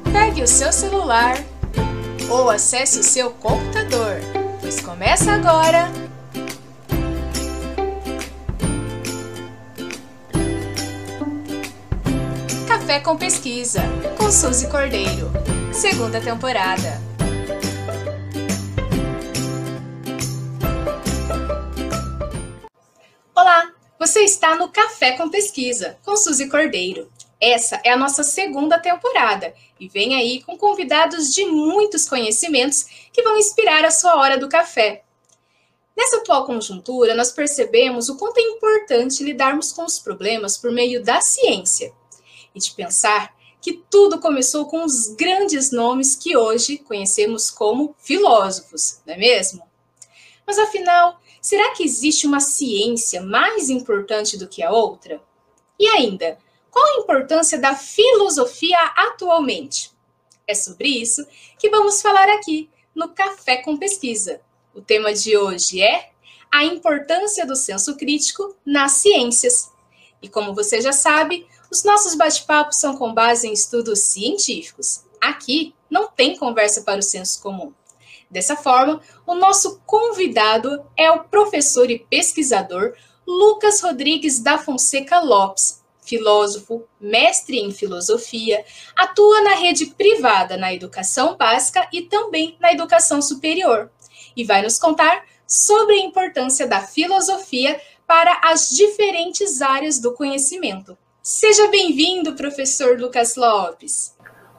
Pegue o seu celular ou acesse o seu computador, pois começa agora Café com Pesquisa, com Suzy Cordeiro, segunda temporada. Olá, você está no Café com Pesquisa, com Suzy Cordeiro. Essa é a nossa segunda temporada e vem aí com convidados de muitos conhecimentos que vão inspirar a sua hora do café. Nessa atual conjuntura, nós percebemos o quanto é importante lidarmos com os problemas por meio da ciência e de pensar que tudo começou com os grandes nomes que hoje conhecemos como filósofos, não é mesmo? Mas afinal, será que existe uma ciência mais importante do que a outra? E ainda, qual a importância da filosofia atualmente? É sobre isso que vamos falar aqui no Café com Pesquisa. O tema de hoje é a importância do senso crítico nas ciências. E como você já sabe, os nossos bate-papos são com base em estudos científicos. Aqui não tem conversa para o senso comum. Dessa forma, o nosso convidado é o professor e pesquisador Lucas Rodrigues da Fonseca Lopes, filósofo, mestre em filosofia, atua na rede privada na educação básica e também na educação superior, e vai nos contar sobre a importância da filosofia para as diferentes áreas do conhecimento. Seja bem-vindo, professor Lucas Lopes.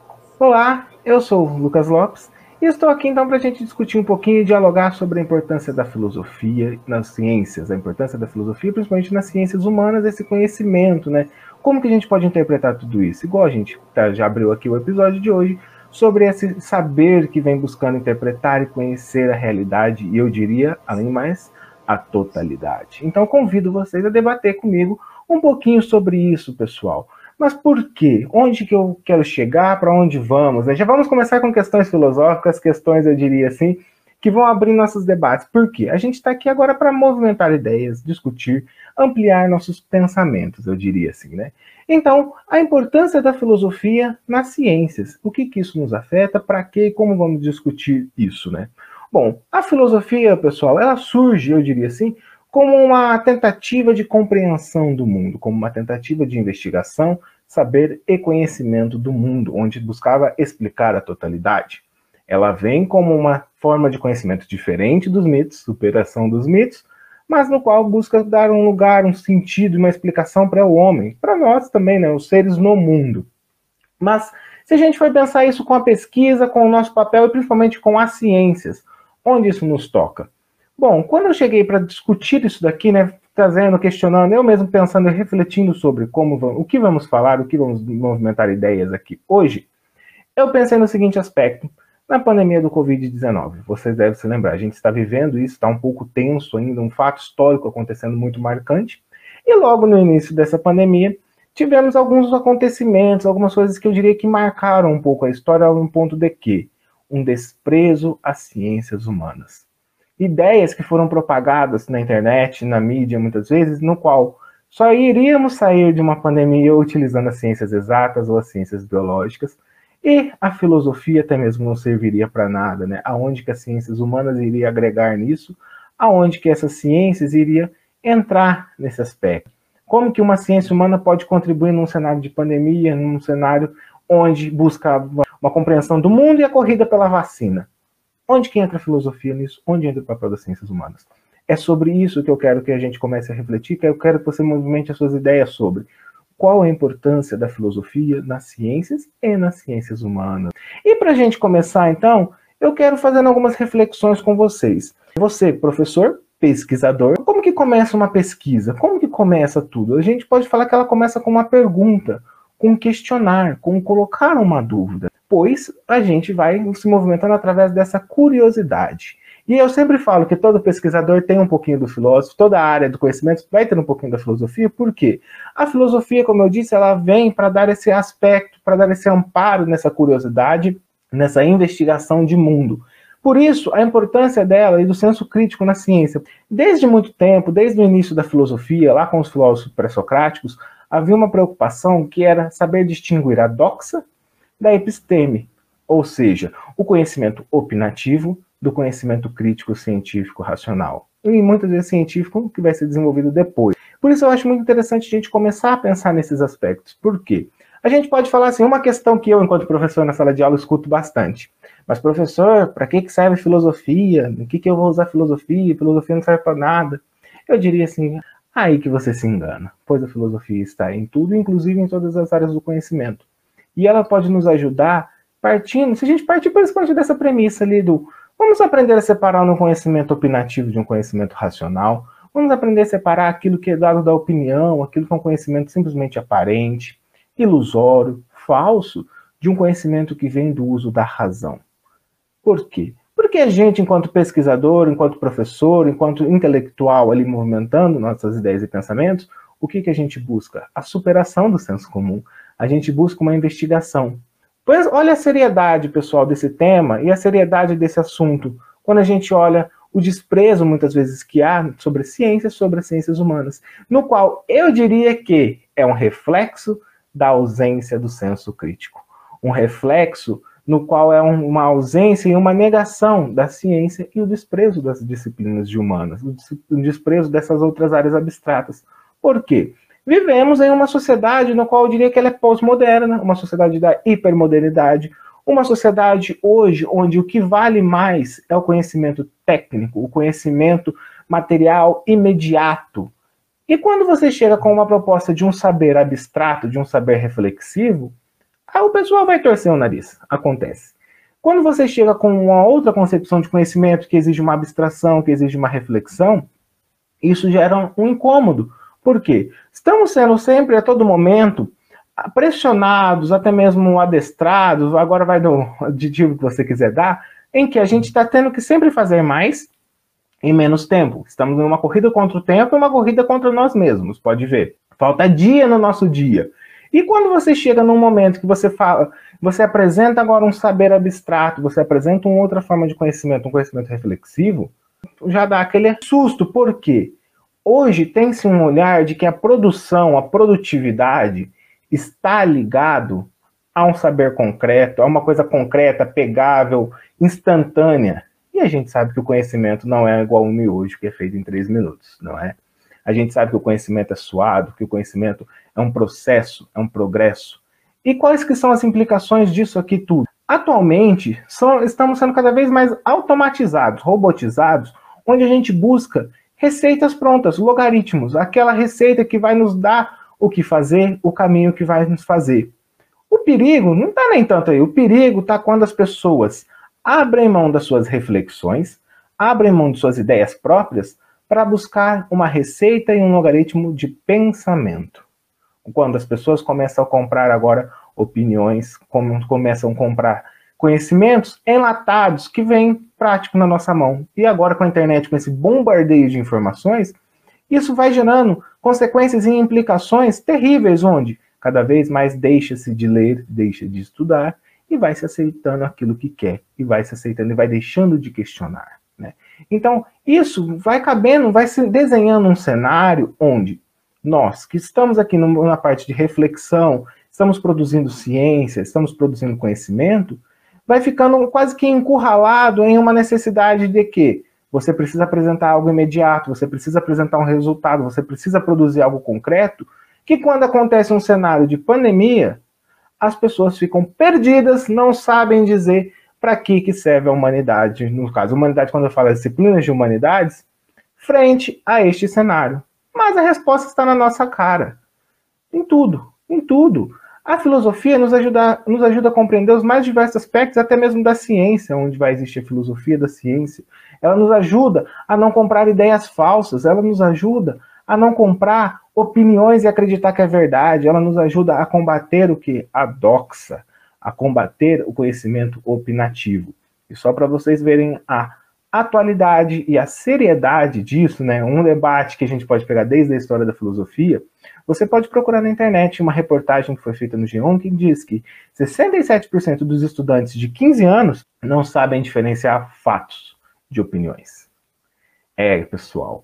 Olá, eu sou o Lucas Lopes e estou aqui então para a gente discutir um pouquinho e dialogar sobre a importância da filosofia nas ciências, a importância da filosofia principalmente nas ciências humanas, esse conhecimento, né? Como que a gente pode interpretar tudo isso? Igual a gente já abriu aqui o episódio de hoje sobre esse saber que vem buscando interpretar e conhecer a realidade e eu diria, além do mais, a totalidade. Então convido vocês a debater comigo um pouquinho sobre isso, pessoal. Mas por quê? Onde que eu quero chegar? Para onde vamos? Já vamos começar com questões filosóficas, questões, eu diria assim, que vão abrir nossos debates. Por quê? A gente está aqui agora para movimentar ideias, discutir, ampliar nossos pensamentos, eu diria assim, né? Então, a importância da filosofia nas ciências. O que isso nos afeta? Para quê? E como vamos discutir isso, né? Bom, a filosofia, pessoal, ela surge, eu diria assim, como uma tentativa de compreensão do mundo, como uma tentativa de investigação, saber e conhecimento do mundo, onde buscava explicar a totalidade. Ela vem como uma forma de conhecimento diferente dos mitos, superação dos mitos, mas no qual busca dar um lugar, um sentido, uma explicação para o homem, para nós também, né, os seres no mundo. Mas se a gente for pensar isso com a pesquisa, com o nosso papel e principalmente com as ciências, onde isso nos toca? Bom, quando eu cheguei para discutir isso daqui, né, trazendo, questionando, eu mesmo pensando e refletindo sobre o que vamos falar, o que vamos movimentar ideias aqui hoje, eu pensei no seguinte aspecto, na pandemia do Covid-19. Vocês devem se lembrar, a gente está vivendo isso, está um pouco tenso ainda, um fato histórico acontecendo muito marcante, e logo no início dessa pandemia, tivemos alguns acontecimentos, algumas coisas que eu diria que marcaram um pouco a história, a um ponto de que? Um desprezo às ciências humanas. Ideias que foram propagadas na internet, na mídia, muitas vezes, no qual só iríamos sair de uma pandemia utilizando as ciências exatas ou as ciências biológicas, e a filosofia até mesmo não serviria para nada, né? Aonde que as ciências humanas iriam agregar nisso, aonde que essas ciências iriam entrar nesse aspecto. Como que uma ciência humana pode contribuir num cenário de pandemia, num cenário onde busca uma compreensão do mundo e a corrida pela vacina? Onde que entra a filosofia nisso? Onde entra o papel das ciências humanas? É sobre isso que eu quero que a gente comece a refletir, que eu quero que você movimente as suas ideias sobre qual a importância da filosofia nas ciências e nas ciências humanas. E para a gente começar, então, eu quero fazer algumas reflexões com vocês. Você, professor, pesquisador, como que começa uma pesquisa? Como que começa tudo? A gente pode falar que ela começa com uma pergunta, com um questionar, com colocar uma dúvida, pois a gente vai se movimentando através dessa curiosidade. E eu sempre falo que todo pesquisador tem um pouquinho do filósofo, toda a área do conhecimento vai ter um pouquinho da filosofia, por quê? A filosofia, como eu disse, ela vem para dar esse aspecto, para dar esse amparo nessa curiosidade, nessa investigação de mundo. Por isso, a importância dela e do senso crítico na ciência. Desde muito tempo, desde o início da filosofia, lá com os filósofos pré-socráticos, havia uma preocupação que era saber distinguir a doxa da episteme, ou seja, o conhecimento opinativo do conhecimento crítico científico racional. E muitas vezes científico que vai ser desenvolvido depois. Por isso eu acho muito interessante a gente começar a pensar nesses aspectos. Por quê? A gente pode falar assim, uma questão que eu, enquanto professor na sala de aula, escuto bastante. Mas, professor, para que serve filosofia? O que eu vou usar filosofia? Filosofia não serve para nada. Eu diria assim, aí que você se engana, pois a filosofia está em tudo, inclusive em todas as áreas do conhecimento. E ela pode nos ajudar partindo, se a gente partir principalmente dessa premissa ali do vamos aprender a separar um conhecimento opinativo de um conhecimento racional, vamos aprender a separar aquilo que é dado da opinião, aquilo que é um conhecimento simplesmente aparente, ilusório, falso, de um conhecimento que vem do uso da razão. Por quê? Porque a gente, enquanto pesquisador, enquanto professor, enquanto intelectual ali movimentando nossas ideias e pensamentos, o que a gente busca? A superação do senso comum. A gente busca uma investigação. Pois olha a seriedade, pessoal, desse tema e a seriedade desse assunto, quando a gente olha o desprezo, muitas vezes, que há sobre ciências humanas, no qual eu diria que é um reflexo da ausência do senso crítico. Um reflexo no qual é uma ausência e uma negação da ciência e o desprezo das disciplinas de humanas, o desprezo dessas outras áreas abstratas. Por quê? Vivemos em uma sociedade no qual eu diria que ela é pós-moderna, uma sociedade da hipermodernidade, uma sociedade hoje onde o que vale mais é o conhecimento técnico, o conhecimento material imediato. E quando você chega com uma proposta de um saber abstrato, de um saber reflexivo, aí o pessoal vai torcer o nariz. Acontece. Quando você chega com uma outra concepção de conhecimento que exige uma abstração, que exige uma reflexão, isso gera um incômodo. Por quê? Estamos sendo sempre, a todo momento, pressionados, até mesmo adestrados, agora vai do adjetivo que você quiser dar, em que a gente está tendo que sempre fazer mais em menos tempo. Estamos em uma corrida contra o tempo e uma corrida contra nós mesmos, pode ver. Falta dia no nosso dia. E quando você chega num momento que você fala, você apresenta agora um saber abstrato, você apresenta uma outra forma de conhecimento, um conhecimento reflexivo, já dá aquele susto. Por quê? Hoje tem-se um olhar de que a produção, a produtividade, está ligado a um saber concreto, a uma coisa concreta, pegável, instantânea. E a gente sabe que o conhecimento não é igual um miojo que é feito em 3 minutos, não é? A gente sabe que o conhecimento é suado, que o conhecimento é um processo, é um progresso. E quais que são as implicações disso aqui tudo? Atualmente, estamos sendo cada vez mais automatizados, robotizados, onde a gente busca receitas prontas, logaritmos, aquela receita que vai nos dar o que fazer, o caminho que vai nos fazer. O perigo não está nem tanto aí, o perigo está quando as pessoas abrem mão das suas reflexões, abrem mão de suas ideias próprias para buscar uma receita e um logaritmo de pensamento. Quando as pessoas começam a comprar agora opiniões, começam a comprar conhecimentos enlatados que vêm prático na nossa mão. E agora com a internet, com esse bombardeio de informações, isso vai gerando consequências e implicações terríveis, onde cada vez mais deixa-se de ler, deixa de estudar, e vai se aceitando aquilo que quer, e vai se aceitando e vai deixando de questionar, né? Então, isso vai cabendo, vai se desenhando um cenário onde nós, que estamos aqui na parte de reflexão, estamos produzindo ciência, estamos produzindo conhecimento, vai ficando quase que encurralado em uma necessidade de que você precisa apresentar algo imediato, você precisa apresentar um resultado, você precisa produzir algo concreto, que quando acontece um cenário de pandemia, as pessoas ficam perdidas, não sabem dizer para que serve a humanidade, no caso, a humanidade, quando eu falo disciplinas de humanidades, frente a este cenário. Mas a resposta está na nossa cara. Em tudo, em tudo. A filosofia nos ajuda a compreender os mais diversos aspectos, até mesmo da ciência, onde vai existir a filosofia da ciência. Ela nos ajuda a não comprar ideias falsas, ela nos ajuda a não comprar opiniões e acreditar que é verdade, ela nos ajuda a combater o que? A doxa, a combater o conhecimento opinativo. E só para vocês verem a atualidade e a seriedade disso, né? Um debate que a gente pode pegar desde a história da filosofia, você pode procurar na internet uma reportagem que foi feita no G1 que diz que 67% dos estudantes de 15 anos não sabem diferenciar fatos de opiniões. Pessoal,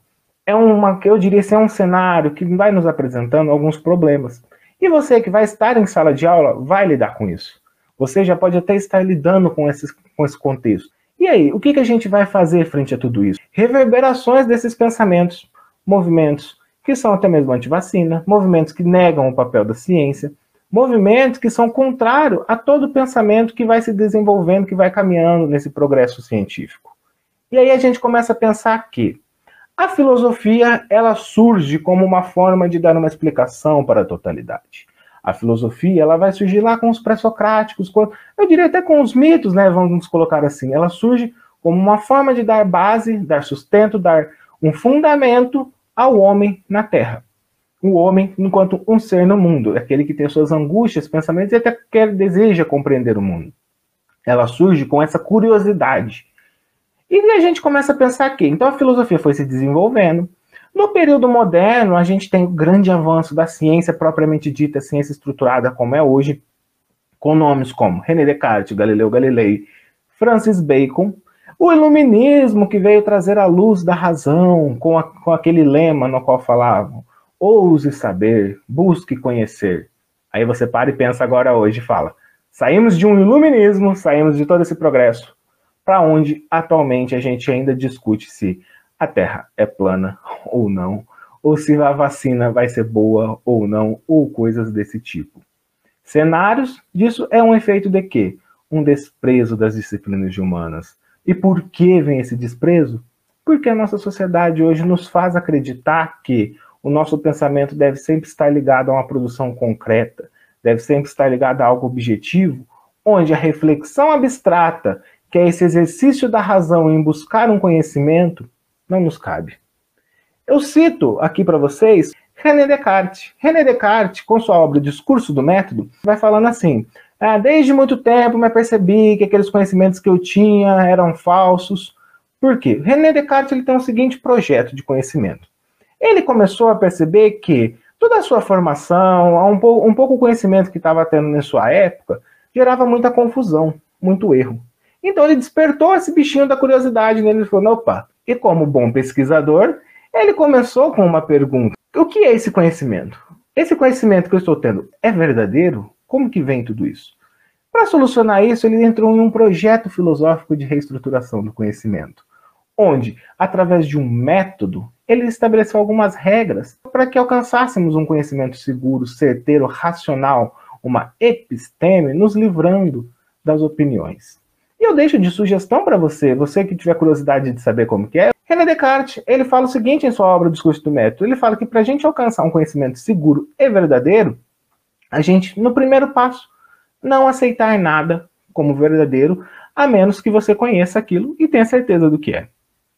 eu diria que é um cenário que vai nos apresentando alguns problemas. E você que vai estar em sala de aula vai lidar com isso. Você já pode até estar lidando com esse contexto. E aí, o que a gente vai fazer frente a tudo isso? Reverberações desses pensamentos, movimentos que são até mesmo anti-vacina, movimentos que negam o papel da ciência, movimentos que são contrários a todo pensamento que vai se desenvolvendo, que vai caminhando nesse progresso científico. E aí a gente começa a pensar que a filosofia, ela surge como uma forma de dar uma explicação para a totalidade. A filosofia, ela vai surgir lá com os pré-socráticos, eu diria até com os mitos, né, vamos colocar assim. Ela surge como uma forma de dar base, dar sustento, dar um fundamento ao homem na Terra. O homem enquanto um ser no mundo, aquele que tem suas angústias, pensamentos e até deseja compreender o mundo. Ela surge com essa curiosidade. E a gente começa a pensar que, então a filosofia foi se desenvolvendo. No período moderno, a gente tem o grande avanço da ciência propriamente dita, ciência estruturada como é hoje, com nomes como René Descartes, Galileu Galilei, Francis Bacon, o iluminismo que veio trazer a luz da razão, com aquele lema no qual falavam: ouse saber, busque conhecer. Aí você para e pensa agora hoje e fala: saímos de um iluminismo, saímos de todo esse progresso, para onde atualmente a gente ainda discute se a Terra é plana ou não, ou se a vacina vai ser boa ou não, ou coisas desse tipo. Cenários disso é um efeito de quê? Um desprezo das disciplinas de humanas. E por que vem esse desprezo? Porque a nossa sociedade hoje nos faz acreditar que o nosso pensamento deve sempre estar ligado a uma produção concreta, deve sempre estar ligado a algo objetivo, onde a reflexão abstrata, que é esse exercício da razão em buscar um conhecimento, não nos cabe. Eu cito aqui para vocês René Descartes. René Descartes, com sua obra Discurso do Método, vai falando assim: desde muito tempo me percebi que aqueles conhecimentos que eu tinha eram falsos. Por quê? René Descartes ele tem o seguinte projeto de conhecimento. Ele começou a perceber que toda a sua formação, um pouco o conhecimento que estava tendo na sua época, gerava muita confusão, muito erro. Então ele despertou esse bichinho da curiosidade nele e falou: opa, e como bom pesquisador, ele começou com uma pergunta: o que é esse conhecimento? Esse conhecimento que eu estou tendo é verdadeiro? Como que vem tudo isso? Para solucionar isso, ele entrou em um projeto filosófico de reestruturação do conhecimento, onde, através de um método, ele estabeleceu algumas regras para que alcançássemos um conhecimento seguro, certeiro, racional, uma episteme, nos livrando das opiniões. E eu deixo de sugestão para você que tiver curiosidade de saber como que é. René Descartes, ele fala o seguinte em sua obra Discurso do Método: ele fala que para a gente alcançar um conhecimento seguro e verdadeiro, a gente, no primeiro passo, não aceitar nada como verdadeiro, a menos que você conheça aquilo e tenha certeza do que é.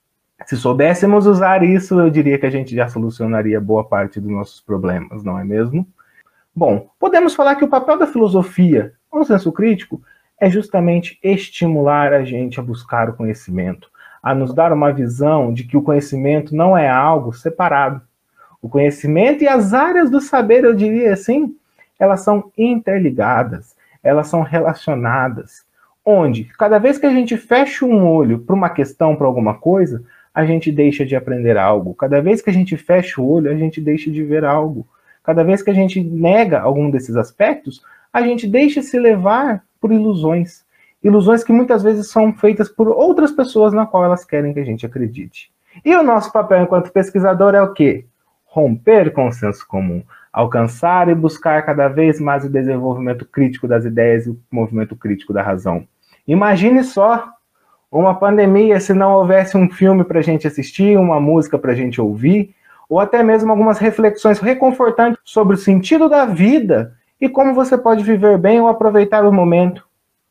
Se soubéssemos usar isso, eu diria que a gente já solucionaria boa parte dos nossos problemas, não é mesmo? Bom, podemos falar que o papel da filosofia, no senso crítico, é justamente estimular a gente a buscar o conhecimento, a nos dar uma visão de que o conhecimento não é algo separado. O conhecimento e as áreas do saber, eu diria assim, elas são interligadas, elas são relacionadas, onde cada vez que a gente fecha um olho para uma questão, para alguma coisa, a gente deixa de aprender algo. Cada vez que a gente fecha o olho, a gente deixa de ver algo. Cada vez que a gente nega algum desses aspectos, a gente deixa se levar por ilusões. Ilusões que muitas vezes são feitas por outras pessoas na qual elas querem que a gente acredite. E o nosso papel enquanto pesquisador é o quê? Romper com o senso comum. Alcançar e buscar cada vez mais o desenvolvimento crítico das ideias e o movimento crítico da razão. Imagine só uma pandemia se não houvesse um filme para a gente assistir, uma música para a gente ouvir, ou até mesmo algumas reflexões reconfortantes sobre o sentido da vida e como você pode viver bem ou aproveitar o momento.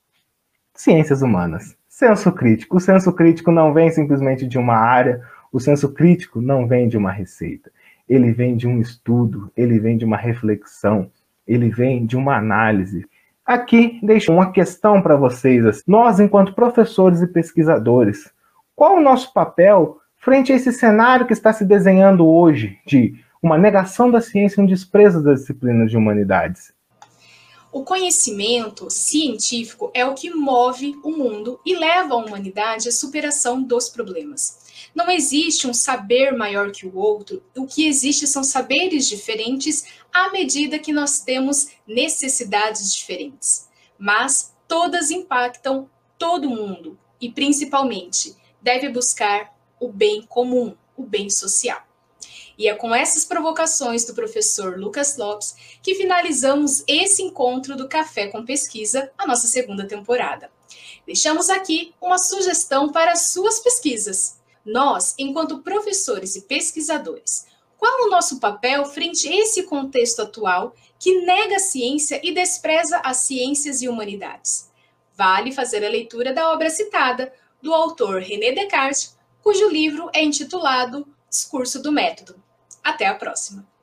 Ciências humanas. Senso crítico. O senso crítico não vem simplesmente de uma área, o senso crítico não vem de uma receita. Ele vem de um estudo, ele vem de uma reflexão, ele vem de uma análise. Aqui deixo uma questão para vocês. Nós, enquanto professores e pesquisadores, qual o nosso papel frente a esse cenário que está se desenhando hoje de uma negação da ciência e um desprezo das disciplinas de humanidades? O conhecimento científico é o que move o mundo e leva a humanidade à superação dos problemas. Não existe um saber maior que o outro, o que existe são saberes diferentes à medida que nós temos necessidades diferentes. Mas todas impactam todo mundo e, principalmente, deve buscar o bem comum, o bem social. E é com essas provocações do professor Lucas Lopes que finalizamos esse encontro do Café com Pesquisa, a nossa segunda temporada. Deixamos aqui uma sugestão para as suas pesquisas. Nós, enquanto professores e pesquisadores, qual o nosso papel frente a esse contexto atual que nega a ciência e despreza as ciências e humanidades? Vale fazer a leitura da obra citada, do autor René Descartes, cujo livro é intitulado Discurso do Método. Até a próxima!